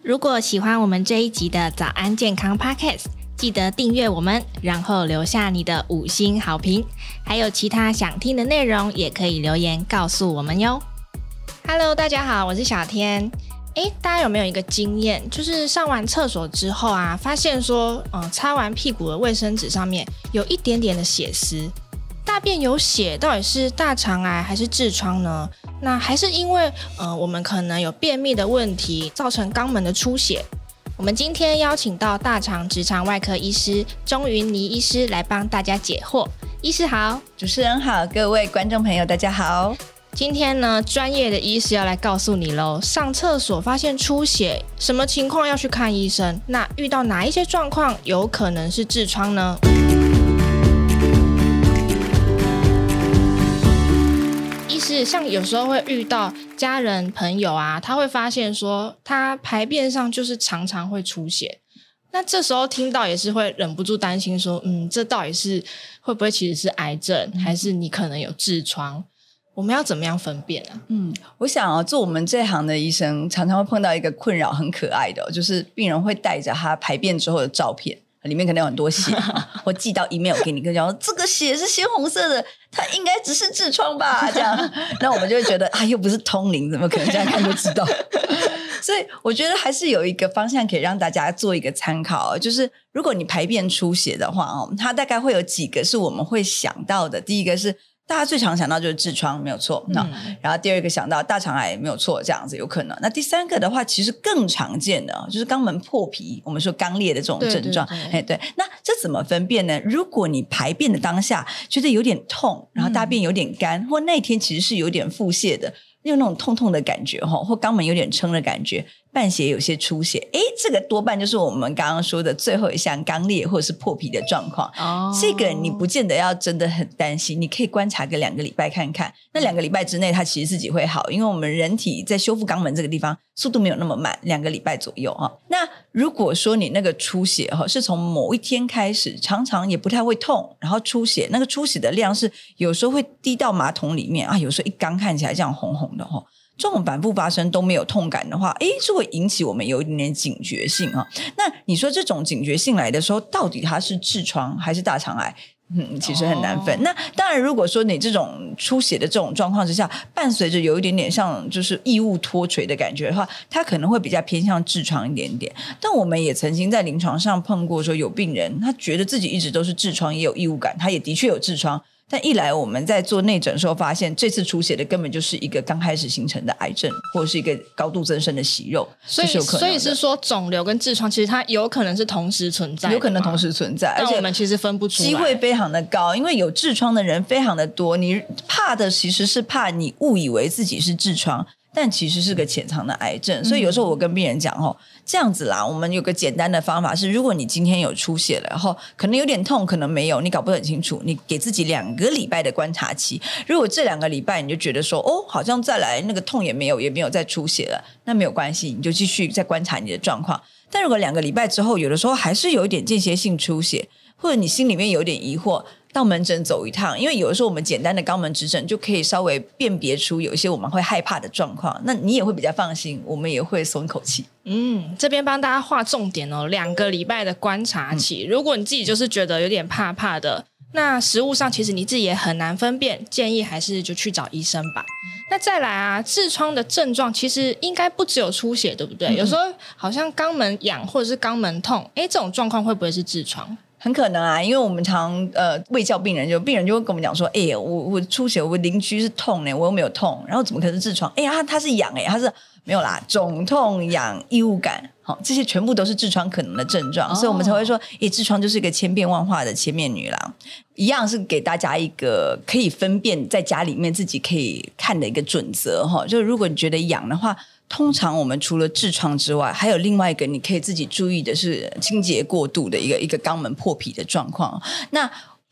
如果喜欢我们这一集的早安健康 Podcast， 记得订阅我们，然后留下你的5星好评。还有其他想听的内容，也可以留言告诉我们哟。Hello， 大家好，我是小天。大家有没有一个经验，就是上完厕所之后啊，发现说，擦完屁股的卫生纸上面有一点点的血丝。大便有血，到底是大肠癌还是痔疮呢？那还是因为我们可能有便秘的问题，造成肛门的出血。我们今天邀请到大肠直肠外科医师钟云妮医师来帮大家解惑。医师好。 主持人好，各位观众朋友大家好。 今天呢，专业的医师要来告诉你咯，上厕所发现出血，什么情况要去看医生？那遇到哪一些状况有可能是痔疮呢？医师，像有时候会遇到家人朋友啊，他会发现说他排便上就是常常会出血，那这时候听到也是会忍不住担心说，这到底是会不会其实是癌症，还是你可能有痔疮？我们要怎么样分辨啊？ 我想做我们这行的医生常常会碰到一个困扰，很可爱的，就是病人会带着他排便之后的照片，里面可能有很多血或寄到 email 给你，跟讲说这个血是鲜红色的，它应该只是痔疮吧，这样那我们就会觉得又不是通灵，怎么可能这样看就知道所以我觉得还是有一个方向可以让大家做一个参考，就是如果你排便出血的话，它大概会有几个是我们会想到的。第一个是大家最常想到就是痔疮，没有错，然后第二个想到大肠癌，没有错，这样子有可能。那第三个的话其实更常见的就是肛门破皮，我们说肛裂的这种症状。对，那这怎么分辨呢？如果你排便的当下觉得有点痛，然后大便有点干，或那天其实是有点腹泻的，有那种痛痛的感觉，或肛门有点撑的感觉，伴血有些出血，这个多半就是我们刚刚说的最后一项肛裂或者是破皮的状况。这个你不见得要真的很担心，你可以观察个2个礼拜看看，那2个礼拜之内它其实自己会好，因为我们人体在修复肛门这个地方速度没有那么慢，2个礼拜左右。那如果说你那个出血是从某一天开始，常常也不太会痛，然后出血，那个出血的量是有时候会滴到马桶里面有时候一缸看起来这样红红的，这种反复发生都没有痛感的话，是会引起我们有一点点警觉性。那你说这种警觉性来的时候，到底它是痔疮还是大肠癌？其实很难分。那当然如果说你这种出血的这种状况之下，伴随着有一点点像就是异物脱垂的感觉的话，它可能会比较偏向痔疮一点点。但我们也曾经在临床上碰过说有病人他觉得自己一直都是痔疮，也有异物感，他也的确有痔疮，但一来我们在做内诊的时候发现这次出血的根本就是一个刚开始形成的癌症，或者是一个高度增生的息肉， 所以是说肿瘤跟痔疮其实它有可能是同时存在的， 有可能同时存在， 但我们其实分不出来， 机会非常的高，因为有痔疮的人非常的多，你怕的其实是怕你误以为自己是痔疮，但其实是个潜藏的癌症。所以有时候我跟病人讲这样子啦，我们有个简单的方法是，如果你今天有出血了，然后可能有点痛，可能没有，你搞不很清楚，你给自己2个礼拜的观察期。如果这2个礼拜你就觉得说好像再来那个痛也没有再出血了，那没有关系，你就继续再观察你的状况。但如果2个礼拜之后有的时候还是有一点间歇性出血，或者你心里面有点疑惑，到门诊走一趟，因为有的时候我们简单的肛门指诊就可以稍微辨别出有一些我们会害怕的状况，那你也会比较放心，我们也会松一口气。 这边帮大家划重点2个礼拜的观察期。如果你自己就是觉得有点怕怕的，那实务上其实你自己也很难分辨，建议还是就去找医生吧。那再来啊，痔疮的症状其实应该不只有出血，对不对？有时候好像肛门痒或者是肛门痛，这种状况会不会是痔疮？ 很可能啊，因为我们常卫教病人就会跟我们讲说，我出血，我邻居是痛呢，我又没有痛，然后怎么可能是痔疮？他是痒他是没有啦，肿痛痒异物感，这些全部都是痔疮可能的症状，所以我们才会说，痔疮就是一个千变万化的千面女郎，一样是给大家一个可以分辨在家里面自己可以看的一个准则就是如果你觉得痒的话，通常我们除了痔疮之外，还有另外一个你可以自己注意的是清洁过度的一个肛门破皮的状况。那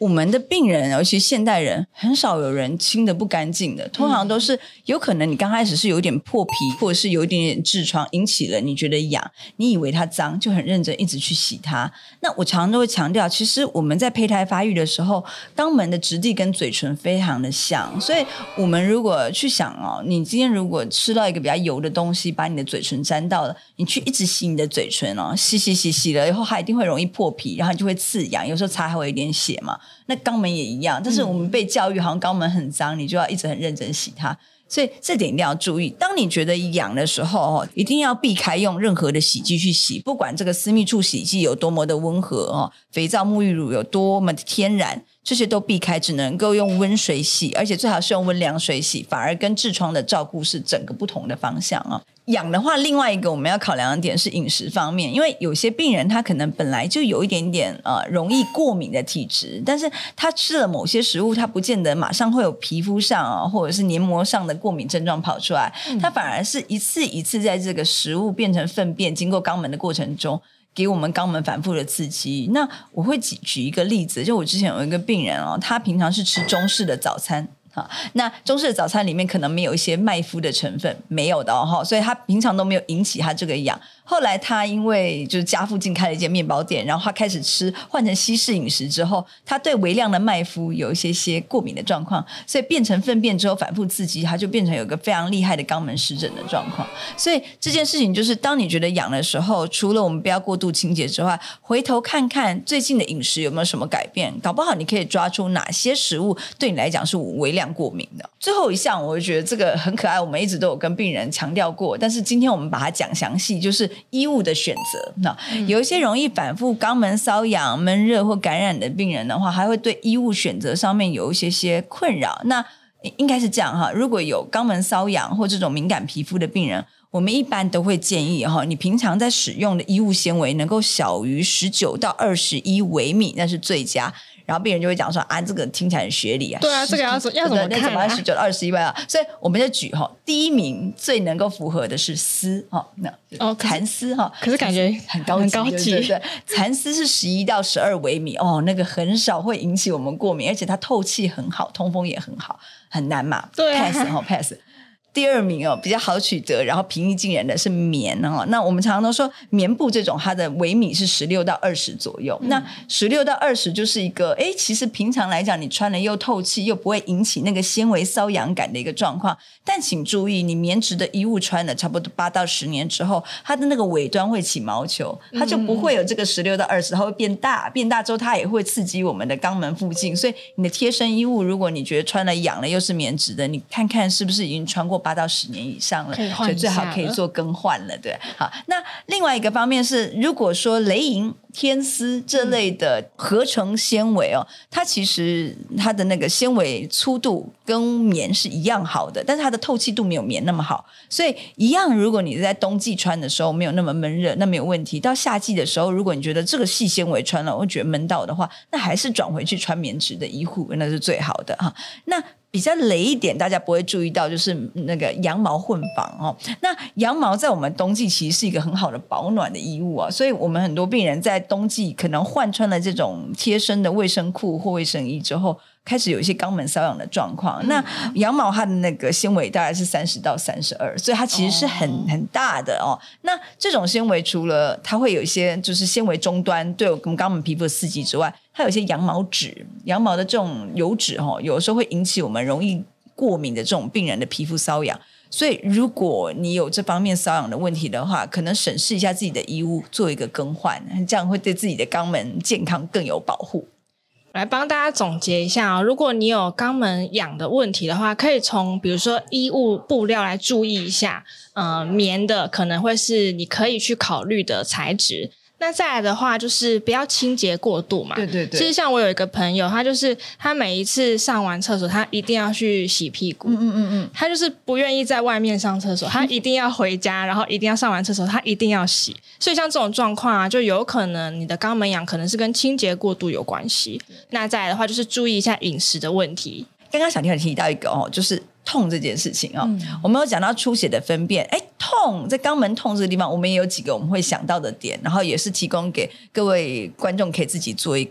我们的病人尤其现代人很少有人清得不干净的，通常都是有可能你刚开始是有一点破皮或者是有一点点痔疮引起了你觉得痒，你以为它脏就很认真一直去洗它。那我常常都会强调，其实我们在胚胎发育的时候，肛门的质地跟嘴唇非常的像，所以我们如果去想你今天如果吃到一个比较油的东西把你的嘴唇沾到了，你去一直洗你的嘴唇洗了以后它一定会容易破皮，然后你就会刺痒，有时候擦还会有一点血嘛。那肛门也一样，但是我们被教育好像肛门很脏，你就要一直很认真洗它，所以这点一定要注意。当你觉得痒的时候一定要避开用任何的洗剂去洗，不管这个私密处洗剂有多么的温和肥皂沐浴乳有多么的天然，这些都避开，只能够用温水洗，而且最好是用温凉水洗，反而跟痔疮的照顾是整个不同的方向痒的话，另外一个我们要考量的点是饮食方面，因为有些病人他可能本来就有一点点容易过敏的体质，但是他吃了某些食物，他不见得马上会有皮肤上或者是黏膜上的过敏症状跑出来，他反而是一次一次在这个食物变成粪便经过肛门的过程中给我们肛门反复的刺激。那我会举一个例子，就我之前有一个病人他平常是吃中式的早餐，那中式的早餐里面可能没有一些麦麸的成分，没有的所以他平常都没有引起他这个痒。后来他因为就是家附近开了一间面包店，然后他开始换成西式饮食之后，他对微量的麦麸有一些过敏的状况，所以变成粪便之后反复刺激，他就变成有一个非常厉害的肛门湿疹的状况。所以这件事情就是当你觉得痒的时候，除了我们不要过度清洁之外，回头看看最近的饮食有没有什么改变，搞不好你可以抓出哪些食物对你来讲是微量过敏的。最后一项我觉得这个很可爱，我们一直都有跟病人强调过，但是今天我们把它讲详细，就是衣物的选择。有一些容易反复肛门瘙痒、闷热或感染的病人的话，还会对衣物选择上面有一些困扰。那应该是这样如果有肛门瘙痒或这种敏感皮肤的病人，我们一般都会建议你平常在使用的衣物纤维能够小于19到21微米，那是最佳。然后病人就会讲说这个听起来很学理对这个要怎么看怎么19到21微所以我们就举第一名最能够符合的是丝蚕丝可是感觉很高级对，蚕丝是11到12微米那个很少会引起我们过敏，而且它透气很好，通风也很好，很难嘛， 对 pass。第二名比较好取得，然后平易近人的是棉那我们常常都说棉布这种它的微米是16到20左右，那16到20就是一个其实平常来讲你穿了又透气又不会引起那个纤维瘙痒感的一个状况。但请注意，你棉质的衣物穿了差不多8到10年之后，它的那个尾端会起毛球，它就不会有这个16到20，它会变大之后它也会刺激我们的肛门附近。所以你的贴身衣物如果你觉得穿了痒了又是棉质的，你看看是不是已经穿过8到10年以上了，所以最好可以做更换了。对，好，那另外一个方面是，如果说雷银、天丝这类的合成纤维它其实它的那个纤维粗度跟棉是一样好的，但是它的透气度没有棉那么好，所以一样，如果你在冬季穿的时候没有那么闷热，那没有问题。到夏季的时候，如果你觉得这个细纤维穿了我觉得闷到的话，那还是转回去穿棉质的衣护，那是最好的那比较雷一点大家不会注意到就是那个羊毛混纺那羊毛在我们冬季其实是一个很好的保暖的衣物所以我们很多病人在冬季可能换穿了这种贴身的卫生裤或卫生衣之后，开始有一些肛门瘙痒的状况那羊毛它的那个纤维大概是30到32，所以它其实是很大的那这种纤维除了它会有一些就是纤维终端对我们肛门皮肤的刺激之外，它有一些羊毛脂，羊毛的这种油脂有的时候会引起我们容易过敏的这种病人的皮肤瘙痒。所以如果你有这方面瘙痒的问题的话，可能审视一下自己的衣物做一个更换，这样会对自己的肛门健康更有保护。 来帮大家总结一下如果你有肛门痒的问题的话，可以从比如说衣物布料来注意一下棉的可能会是你可以去考虑的材质。那再来的话就是不要清洁过度嘛。 对对对。 其实像我有一个朋友，他每一次上完厕所他一定要去洗屁股。他就是不愿意在外面上厕所，他一定要回家然后一定要上完厕所他一定要洗。所以像这种状况就有可能你的肛门痒可能是跟清洁过度有关系。那再来的话就是注意一下饮食的问题。 刚刚小婷有提到一个就是痛这件事情我们有讲到出血的分辨痛在肛门痛这个地方我们也有几个我们会想到的点，然后也是提供给各位观众可以自己做一个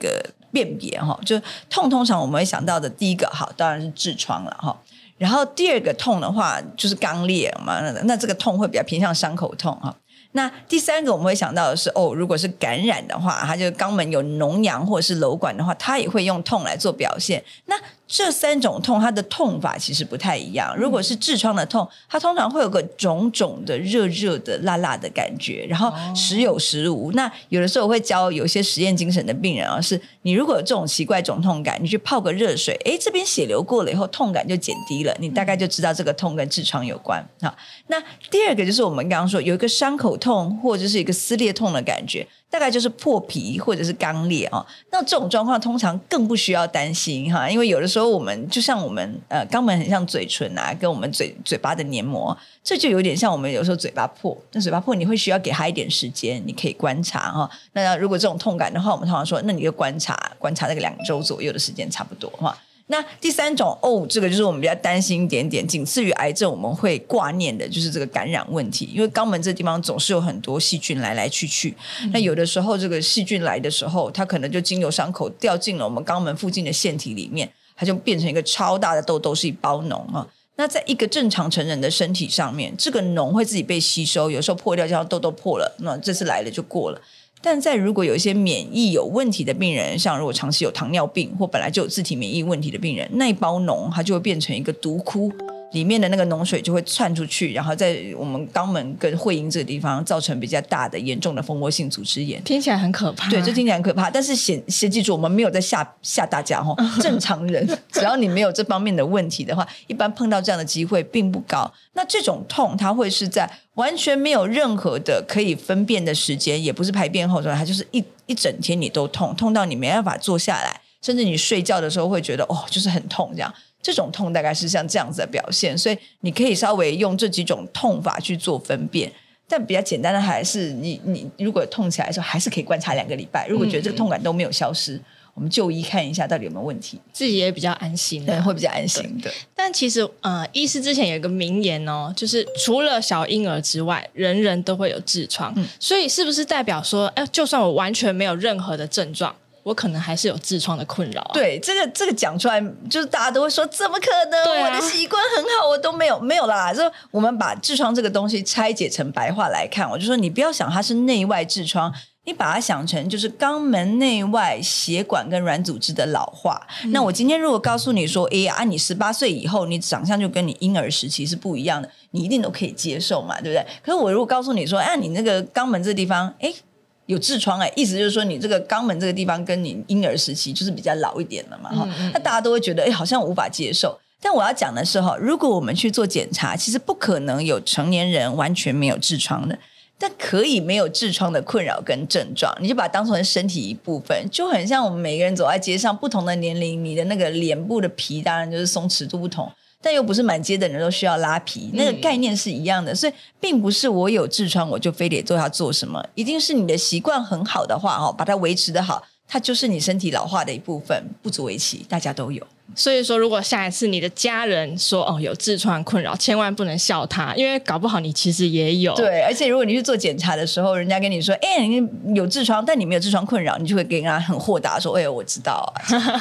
辨别就痛通常我们会想到的第一个当然是痔疮了然后第二个痛的话就是肛裂嘛，那这个痛会比较偏向伤口痛那第三个我们会想到的是如果是感染的话，它就是肛门有脓疡或者是瘘管的话，它也会用痛来做表现。那这三种痛它的痛法其实不太一样。如果是痔疮的痛，它通常会有个肿肿的热热的辣辣的感觉，然后时有时无。那有的时候我会教有些实验精神的病人是你如果有这种奇怪肿痛感，你去泡个热水，这边血流过了以后痛感就减低了，你大概就知道这个痛跟痔疮有关。那第二个就是我们刚刚说有一个伤口痛或者是一个撕裂痛的感觉，大概就是破皮或者是肛裂那这种状况通常更不需要担心因为有的时候我们就像我们肛门很像嘴唇跟我们嘴巴的黏膜，这就有点像我们有时候嘴巴破，那嘴巴破你会需要给他一点时间，你可以观察那如果这种痛感的话，我们通常说那你就观察那个2周左右的时间差不多那第三种这个就是我们比较担心一点点，仅次于癌症我们会挂念的就是这个感染问题，因为肛门这地方总是有很多细菌来来去去那有的时候这个细菌来的时候，它可能就经由伤口掉进了我们肛门附近的腺体里面，它就变成一个超大的痘痘，是一包脓那在一个正常成人的身体上面，这个脓会自己被吸收，有时候破掉就像痘痘破了，那这次来了就过了。但在如果有一些免疫有问题的病人，像如果长期有糖尿病或本来就有自体免疫问题的病人，那一包脓它就会变成一个毒窟，里面的那个脓水就会窜出去，然后在我们肛门跟会阴这个地方造成比较大的严重的蜂窝性组织炎。 听起来很可怕。 对，这听起来很可怕，但是先记住我们没有在吓大家正常人只要你没有这方面的问题的话，一般碰到这样的机会并不高。那这种痛它会是在完全没有任何的可以分辨的时间，也不是排便后，它就是一整天你都痛到你没办法坐下来，甚至你睡觉的时候会觉得就是很痛这样。这种痛大概是像这样子的表现，所以你可以稍微用这几种痛法去做分辨。但比较简单的还是你如果痛起来的时候还是可以观察2个礼拜，如果觉得这个痛感都没有消失，我们就医看一下到底有没有问题， 自己也比较安心对，会比较安心的。 但其实医师之前有一个名言就是除了小婴儿之外，人人都会有痔疮所以是不是代表说就算我完全没有任何的症状，我可能还是有痔疮的困扰对，这个讲出来就是大家都会说怎么可能我的习惯很好我都没有啦。就我们把痔疮这个东西拆解成白话来看，我就说你不要想它是内外痔疮，你把它想成就是肛门内外血管跟软组织的老化那我今天如果告诉你说你18岁以后你长相就跟你婴儿时期是不一样的，你一定都可以接受嘛，对不对？可是我如果告诉你说你那个肛门这地方有痔疮意思就是说你这个肛门这个地方跟你婴儿时期就是比较老一点了嘛那大家都会觉得好像无法接受。但我要讲的是如果我们去做检查，其实不可能有成年人完全没有痔疮的，但可以没有痔疮的困扰跟症状，你就把它当成身体一部分，就很像我们每个人走在街上，不同的年龄你的那个脸部的皮当然就是松弛度不同，但又不是满街的人都需要拉皮，那个概念是一样的所以并不是我有痔疮我就非得要做什么，一定是你的习惯很好的话把它维持得好，它就是你身体老化的一部分，不足为奇，大家都有。 所以说如果下一次你的家人说有痔疮困扰，千万不能笑他，因为搞不好你其实也有。 对，而且如果你去做检查的时候，人家跟你说你有痔疮，但你没有痔疮困扰，你就会跟人家很豁达说我知道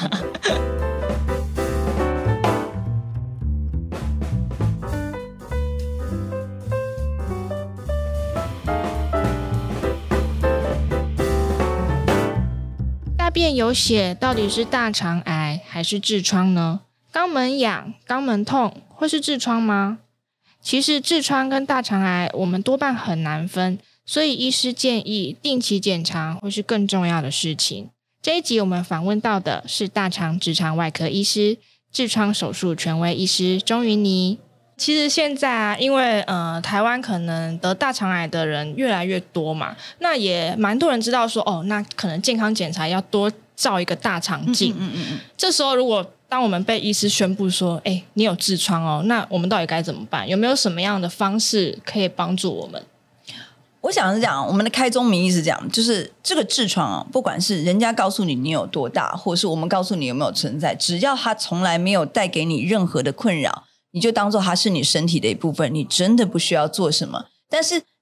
大便有血到底是大肠癌还是痔疮呢？肛门痒、肛门痛会是痔疮吗？其实痔疮跟大肠癌我们多半很难分，所以医师建议定期检查会是更重要的事情。这一集我们访问到的是大肠直肠外科医师、痔疮手术权威医师钟云妮。其实现在因为台湾可能得大肠癌的人越来越多嘛，那也蛮多人知道说那可能健康检查要多照一个大肠镜。这时候如果当我们被医师宣布说你有痔疮那我们到底该怎么办？有没有什么样的方式可以帮助我们？ 我想是讲我们的开宗明义是讲，就是这个痔疮不管是人家告诉你有多大，或是我们告诉你有没有存在，只要它从来没有带给你任何的困扰，你就当做它是你身体的一部分，你真的不需要做什么。但是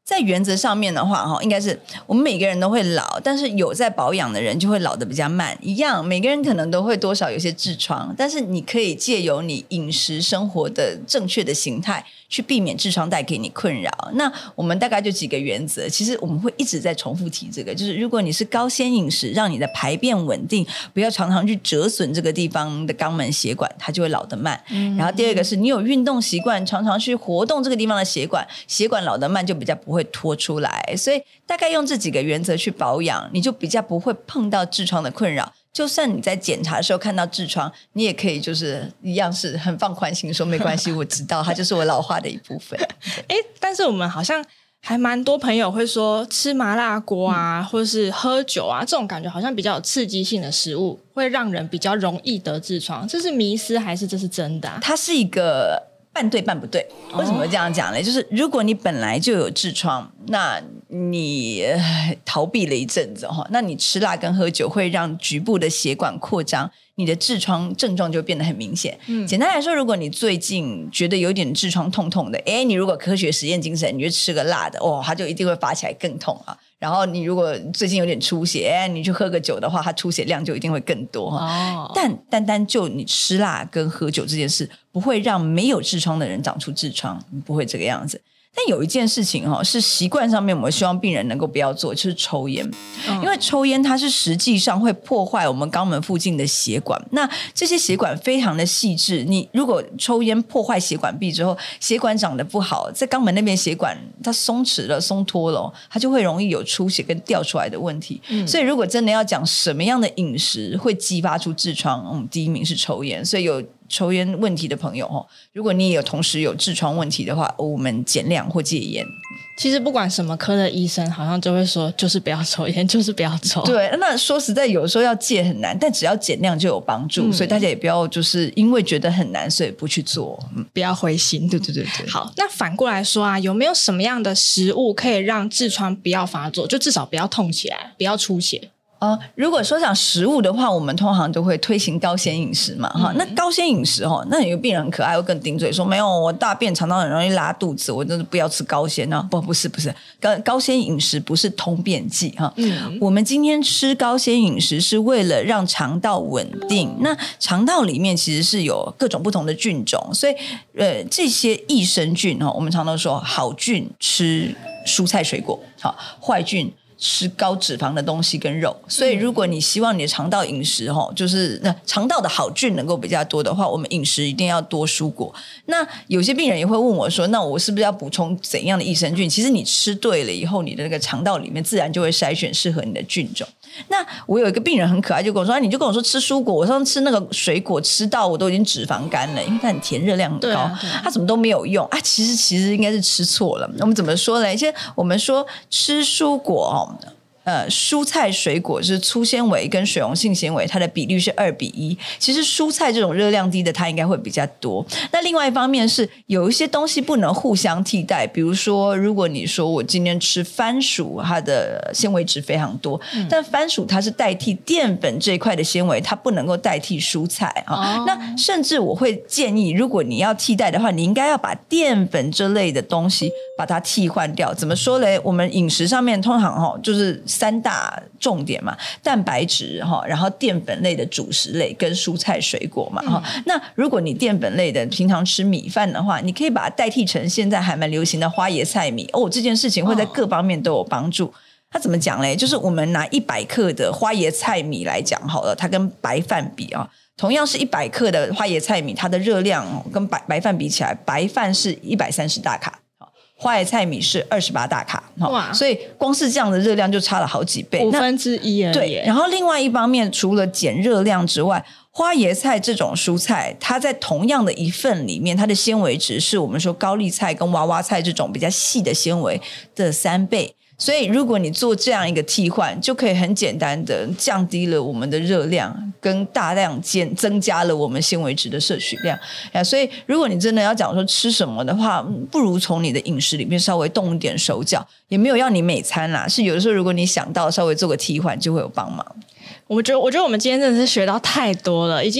在原则上面的话，应该是我们每个人都会老，但是有在保养的人就会老得比较慢。一样，每个人可能都会多少有些痔疮，但是你可以借由你饮食生活的正确的形态去避免痔疮带给你困扰。那我们大概就几个原则，其实我们会一直在重复提这个，就是如果你是高纤饮食，让你的排便稳定，不要常常去折损这个地方的肛门血管，它就会老得慢。然后第二个是你有运动习惯，常常去活动这个地方的血管，血管老得慢就比较不会拖出来。所以大概用这几个原则去保养，你就比较不会碰到痔疮的困扰。就算你在检查的时候看到痔疮，你也可以就是一样是很放宽心说没关系，我知道它就是我老化的一部分。 但是我们好像还蛮多朋友会说吃麻辣锅啊，或者是喝酒啊，这种感觉好像比较有刺激性的食物会让人比较容易得痔疮，这是迷思还是这是真的它是一个半对半不对。为什么会这样讲呢？就是如果你本来就有痔疮，那你逃避了一阵子，那你吃辣跟喝酒会让局部的血管扩张，你的痔疮症状就变得很明显。简单来说，如果你最近觉得有点痔疮痛痛的，你如果科学实验精神，你就吃个辣的，它就一定会发起来更痛啊。然后你如果最近有点出血，你去喝个酒的话，它出血量就一定会更多。但单单就你吃辣跟喝酒这件事，不会让没有痔疮的人长出痔疮，不会这个样子。但有一件事情是习惯上面我们希望病人能够不要做，就是抽烟。因为抽烟它是实际上会破坏我们肛门附近的血管，那这些血管非常的细致，你如果抽烟破坏血管壁之后，血管长得不好，在肛门那边血管它松弛了松脱了，它就会容易有出血跟掉出来的问题。所以如果真的要讲什么样的饮食会激发出痔疮，第一名是抽烟。所以有抽烟问题的朋友，如果你也有同时有痔疮问题的话，我们减量或戒烟。 其实不管什么科的医生好像就会说就是不要抽烟，就是不要抽。 对，那说实在有时候要戒很难，但只要减量就有帮助。所以大家也不要就是因为觉得很难所以不去做， 不要灰心。 对对对对。 好，那反过来说啊，有没有什么样的食物可以让痔疮不要发作，就至少不要痛起来，不要出血？ 如果说讲食物的话，我们通常都会推行高纤饮食嘛。那高纤饮食那有个病人很可爱，会更顶嘴说没有，我大便常常很容易拉肚子，我真的不要吃高纤啊。不是高纤饮食不是通便剂我们今天吃高纤饮食是为了让肠道稳定。那肠道里面其实是有各种不同的菌种，所以这些益生菌我们常常说好菌吃蔬菜水果，坏菌吃高脂肪的东西跟肉。所以如果你希望你的肠道饮食就是肠道的好菌能够比较多的话，我们饮食一定要多蔬果。那有些病人也会问我说，那我是不是要补充怎样的益生菌？其实你吃对了以后，你的那个肠道里面自然就会筛选适合你的菌种。那我有一个病人很可爱，就跟我说，你就跟我说吃蔬果，我上次吃那个水果吃到我都已经脂肪肝了，因为它很甜，热量很高，它怎么都没有用啊。其实应该是吃错了。我们怎么说呢？其实我们说吃蔬果蔬菜水果是粗纤维跟水溶性纤维，它的比率是2:1。其实蔬菜这种热量低的它应该会比较多。那另外一方面是有一些东西不能互相替代，比如说如果你说我今天吃番薯，它的纤维质非常多，但番薯它是代替淀粉这一块的纤维，它不能够代替蔬菜那甚至我会建议，如果你要替代的话，你应该要把淀粉这类的东西把它替换掉。怎么说呢？我们饮食上面通常就是3大重点嘛，蛋白质然后淀粉类的主食类跟蔬菜水果嘛那如果你淀粉类的平常吃米饭的话，你可以把它代替成现在还蛮流行的花椰菜米这件事情会在各方面都有帮助。它怎么讲嘞？就是我们拿100克的花椰菜米来讲好了，它跟白饭比同样是100克的花椰菜米，它的热量跟白饭比起来，白饭是130大卡，花椰菜米是28大卡，所以光是这样的热量就差了好几倍 1/5而已。 对，然后另外一方面，除了减热量之外，花椰菜这种蔬菜，它在同样的一份里面，它的纤维值是我们说高丽菜跟娃娃菜这种比较细的纤维的3倍。所以如果你做这样一个替换，就可以很简单的降低了我们的热量，跟大量增加了我们纤维质的摄取量所以如果你真的要讲说吃什么的话，不如从你的饮食里面稍微动一点手脚，也没有要你每餐啦，是有的时候如果你想到稍微做个替换就会有帮忙。 我觉得我们今天真的是学到太多了，已经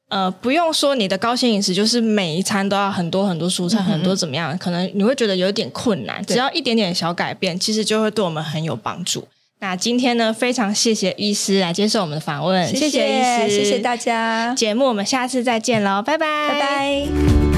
不用说你的高纤饮食就是每一餐都要很多很多蔬菜，很多怎么样，可能你会觉得有点困难，只要一点点小改变，其实就会对我们很有帮助。那今天呢，非常谢谢医师来接受我们的访问，谢谢医师， 谢谢大家， 节目我们下次再见咯，拜拜， 拜拜。